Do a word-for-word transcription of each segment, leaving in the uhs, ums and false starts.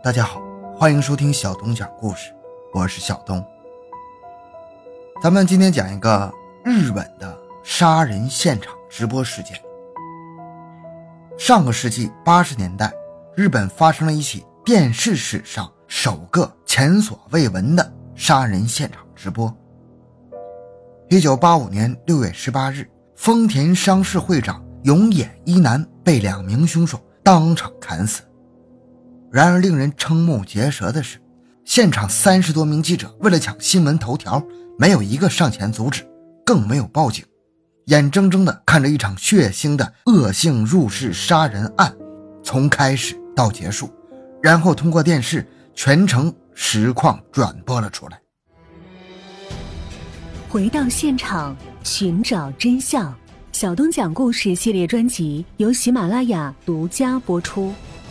大家好，欢迎收听小东讲故事，我是小东。咱们今天讲一个日本的杀人现场直播事件。上个世纪八十年代，日本发生了一起电视史上首个前所未闻的杀人现场直播。一九八五年六月十八日，丰田商事会长永野一男被两名凶手当场砍死。然而令人瞠目结舌的是，现场三十多名记者为了抢新闻头条，没有一个上前阻止，更没有报警，眼睁睁地看着一场血腥的恶性入室杀人案从开始到结束，然后通过电视全程实况转播了出来。 回到现场，寻找真相。小东讲故事系列专辑由喜马拉雅独家播出。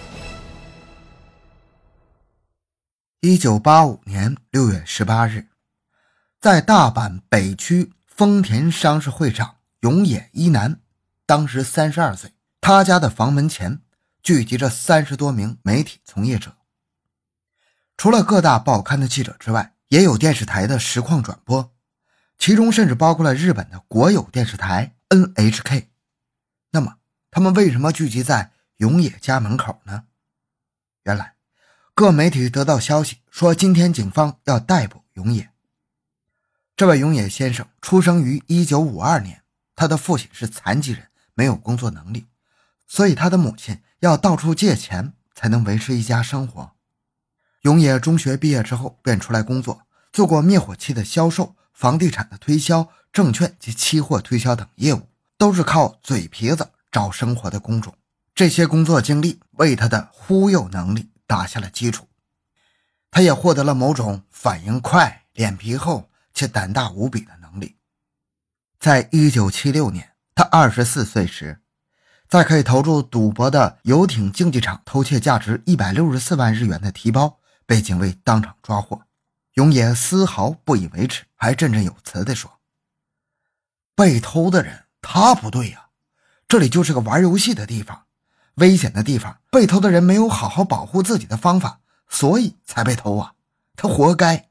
一九八五年六月十八日，在大阪北区丰田商事会长永野一男，当时三十二岁，他家的房门前聚集着三十多名媒体从业者。除了各大报刊的记者之外，也有电视台的实况转播，其中甚至包括了日本的国有电视台 N H K。 那么他们为什么聚集在永野家门口呢？原来各媒体得到消息说，今天警方要逮捕永野。这位永野先生出生于一九五二年，他的父亲是残疾人，没有工作能力，所以他的母亲要到处借钱才能维持一家生活。永野中学毕业之后便出来工作，做过灭火器的销售、房地产的推销、证券及期货推销等业务，都是靠嘴皮子找生活的工种。这些工作经历为他的忽悠能力打下了基础，他也获得了某种反应快、脸皮厚且胆大无比的能力。在一九七六年，他二十四岁时，在可以投入赌博的游艇竞技场偷窃价值一百六十四万日元的提包，被警卫当场抓获。永野丝毫不以为耻，还振振有词地说：被偷的人他不对呀，这里就是个玩游戏的地方，危险的地方，被偷的人没有好好保护自己的方法，所以才被偷啊，他活该。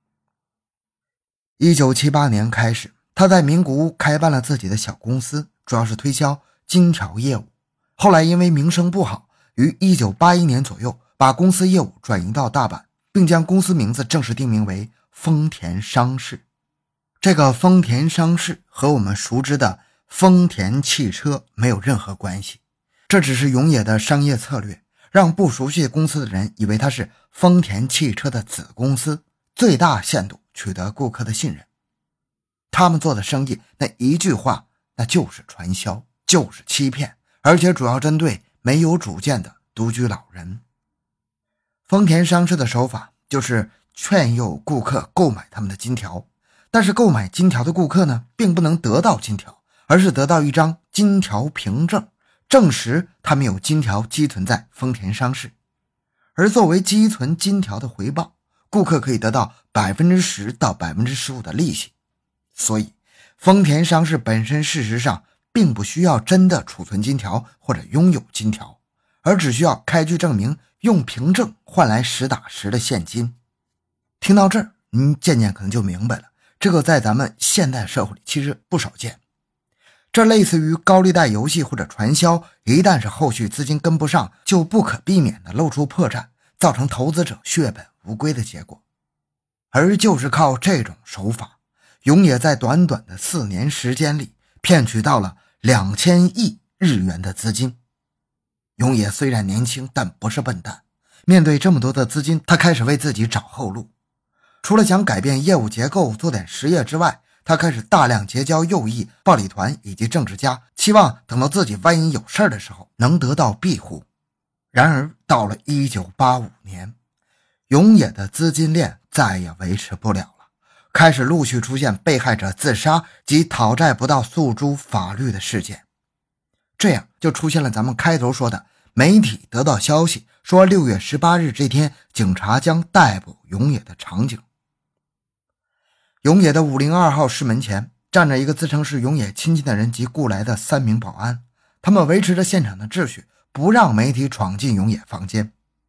一九七八年开始，他在名古屋开办了自己的小公司，主要是推销金条业务。后来因为名声不好，于一九八一年左右把公司业务转移到大阪，并将公司名字正式定名为丰田商事。这个丰田商事和我们熟知的丰田汽车没有任何关系，这只是永野的商业策略，让不熟悉公司的人以为它是丰田汽车的子公司，最大限度取得顾客的信任。他们做的生意，那一句话，那就是传销，就是欺骗，而且主要针对没有主见的独居老人。丰田商事的手法就是劝诱顾客购买他们的金条，但是购买金条的顾客呢，并不能得到金条，而是得到一张金条凭证，证实他们有金条积存在丰田商事。而作为积存金条的回报，顾客可以得到 百分之十 到 百分之十五 的利息。所以丰田商事本身事实上并不需要真的储存金条或者拥有金条，而只需要开具证明，用凭证换来实打实的现金。听到这儿，您渐渐可能就明白了，这个在咱们现代社会里其实不少见。这类似于高利贷游戏或者传销，一旦是后续资金跟不上，就不可避免地露出破绽，造成投资者血本无归的结果。而就是靠这种手法，永野在短短的四年时间里骗取到了两千亿日元的资金。永野虽然年轻，但不是笨蛋，面对这么多的资金，他开始为自己找后路。除了想改变业务结构，做点实业之外，他开始大量结交右翼、暴力团以及政治家，期望等到自己万一有事的时候能得到庇护。然而到了一九八五年，永野的资金链再也维持不了了，开始陆续出现被害者自杀及讨债不到诉诸法律的事件。这样就出现了咱们开头说的，媒体得到消息说六月十八日这天警察将逮捕永野的场景。永野的五零二号室门前站着一个自称是永野亲戚的人及雇来的三名保安，他们维持着现场的秩序，不让媒体闯进永野房间。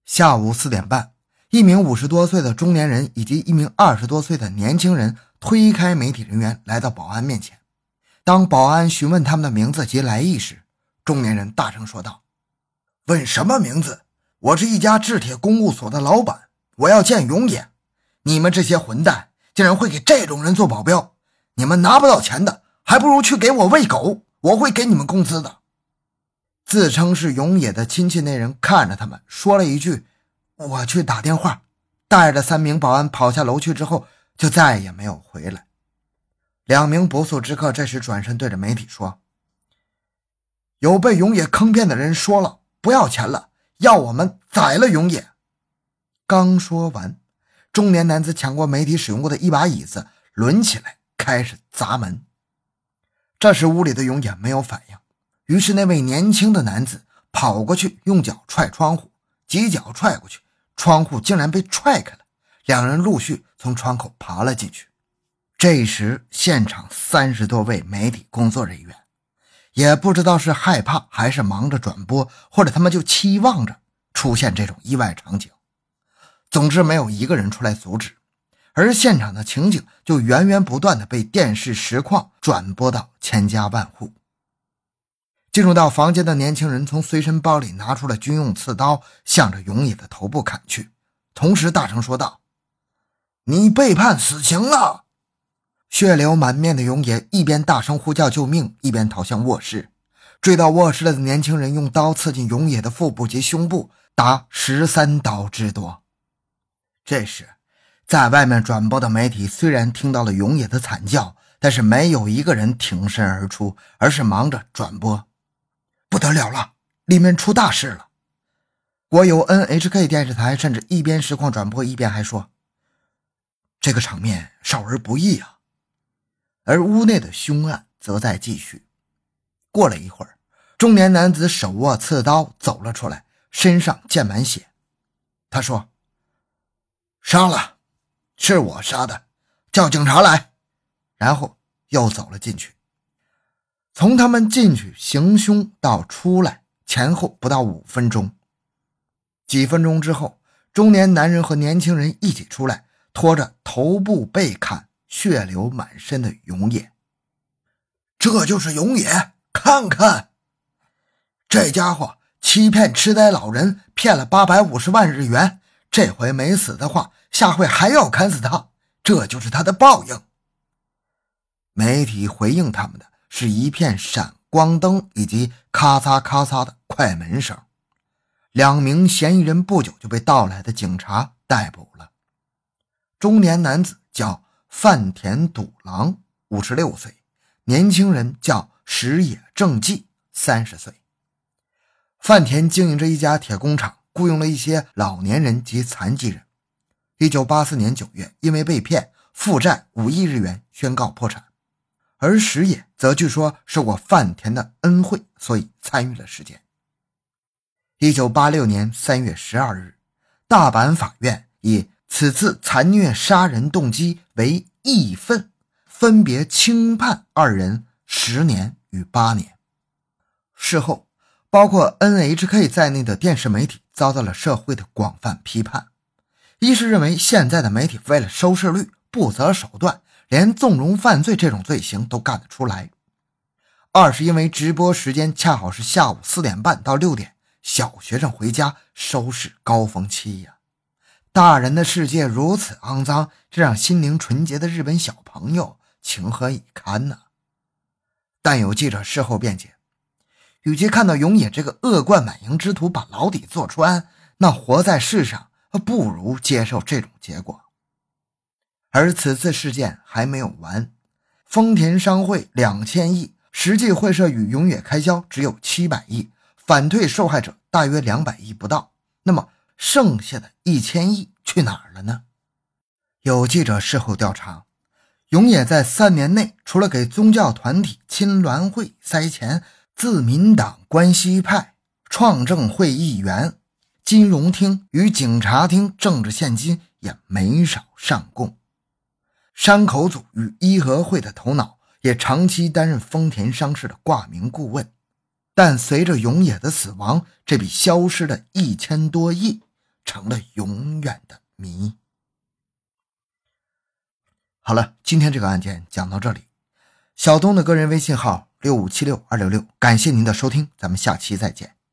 下午四点半，一名五十多岁的中年人以及一名二十多岁的年轻人推开媒体人员来到保安面前。当保安询问他们的名字及来意时，中年人大声说道：问什么名字？我是一家制铁公务所的老板，我要见永野。你们这些混蛋竟然会给这种人做保镖，你们拿不到钱的，还不如去给我喂狗，我会给你们工资的。自称是永野的亲戚那人看着他们说了一句：我去打电话，带着三名保安跑下楼去之后就再也没有回来。两名不速之客这时转身对着媒体说：有被永野坑骗的人说了，不要钱了，要我们宰了永野。刚说完，中年男子抢过媒体使用过的一把椅子，抡起来开始砸门。这时屋里的永野没有反应，于是那位年轻的男子跑过去用脚踹窗户，几脚踹过去，窗户竟然被踹开了，两人陆续从窗口爬了进去。这时现场三十多位媒体工作人员，也不知道是害怕还是忙着转播，或者他们就期望着出现这种意外场景。总之没有一个人出来阻止，而现场的情景就源源不断地被电视实况转播到千家万户。进入到房间的年轻人从随身包里拿出了军用刺刀，向着永野的头部砍去，同时大声说道：你被判死刑了！血流满面的永野一边大声呼叫救命，一边逃向卧室。追到卧室的年轻人用刀刺进永野的腹部及胸部，达十三刀之多。这时在外面转播的媒体虽然听到了永野的惨叫，但是没有一个人挺身而出，而是忙着转播。不得了了，里面出大事了。国有 N H K 电视台甚至一边实况转播一边还说，这个场面少儿不宜啊。而屋内的凶案则在继续。过了一会儿，中年男子手握刺刀走了出来，身上溅满血。他说：杀了，是我杀的，叫警察来。然后又走了进去。从他们进去行凶到出来前后不到五分钟。几分钟之后，中年男人和年轻人一起出来，拖着头部被砍血流满身的永野。这就是永野，看看这家伙欺骗痴呆老人，骗了八百五十万日元，这回没死的话，下回还要砍死他，这就是他的报应。媒体回应他们的是一片闪光灯以及咔嚓咔嚓的快门声。两名嫌疑人不久就被到来的警察逮捕了。中年男子叫饭田笃郎，五十六岁，年轻人叫石野正纪，三十岁。饭田经营着一家铁工厂，雇佣了一些老年人及残疾人。一九八四年九月，因为被骗，负债五亿日元，宣告破产。而石野则据说受过饭田的恩惠，所以参与了事件。一九八六年三月十二日，大阪法院以此次残虐杀人动机为义愤，分别轻判二人十年与八年。事后，包括 N H K 在内的电视媒体遭到了社会的广泛批判。一是认为现在的媒体为了收视率不择手段，连纵容犯罪这种罪行都干得出来。二是因为直播时间恰好是下午四点半到六点，小学生回家收视高峰期呀。大人的世界如此肮脏，这让心灵纯洁的日本小朋友情何以堪呢？但有记者事后辩解，与其看到永野这个恶贯满盈之徒把牢底坐穿，那活在世上不如接受这种结果。而此次事件还没有完，丰田商会两千亿，实际会社与永野开销只有七百亿，反对受害者大约两百亿不到，那么剩下的一千亿去哪儿了呢？有记者事后调查，永野在三年内除了给宗教团体亲鸾会塞钱，自民党关西派、创政会议员、金融厅与警察厅政治现金也没少上供。山口组与伊和会的头脑也长期担任丰田商事的挂名顾问，但随着永野的死亡，这笔消失的一千多亿成了永远的谜。好了，今天这个案件讲到这里。小东的个人微信号六五七六二六六，感谢您的收听，咱们下期再见。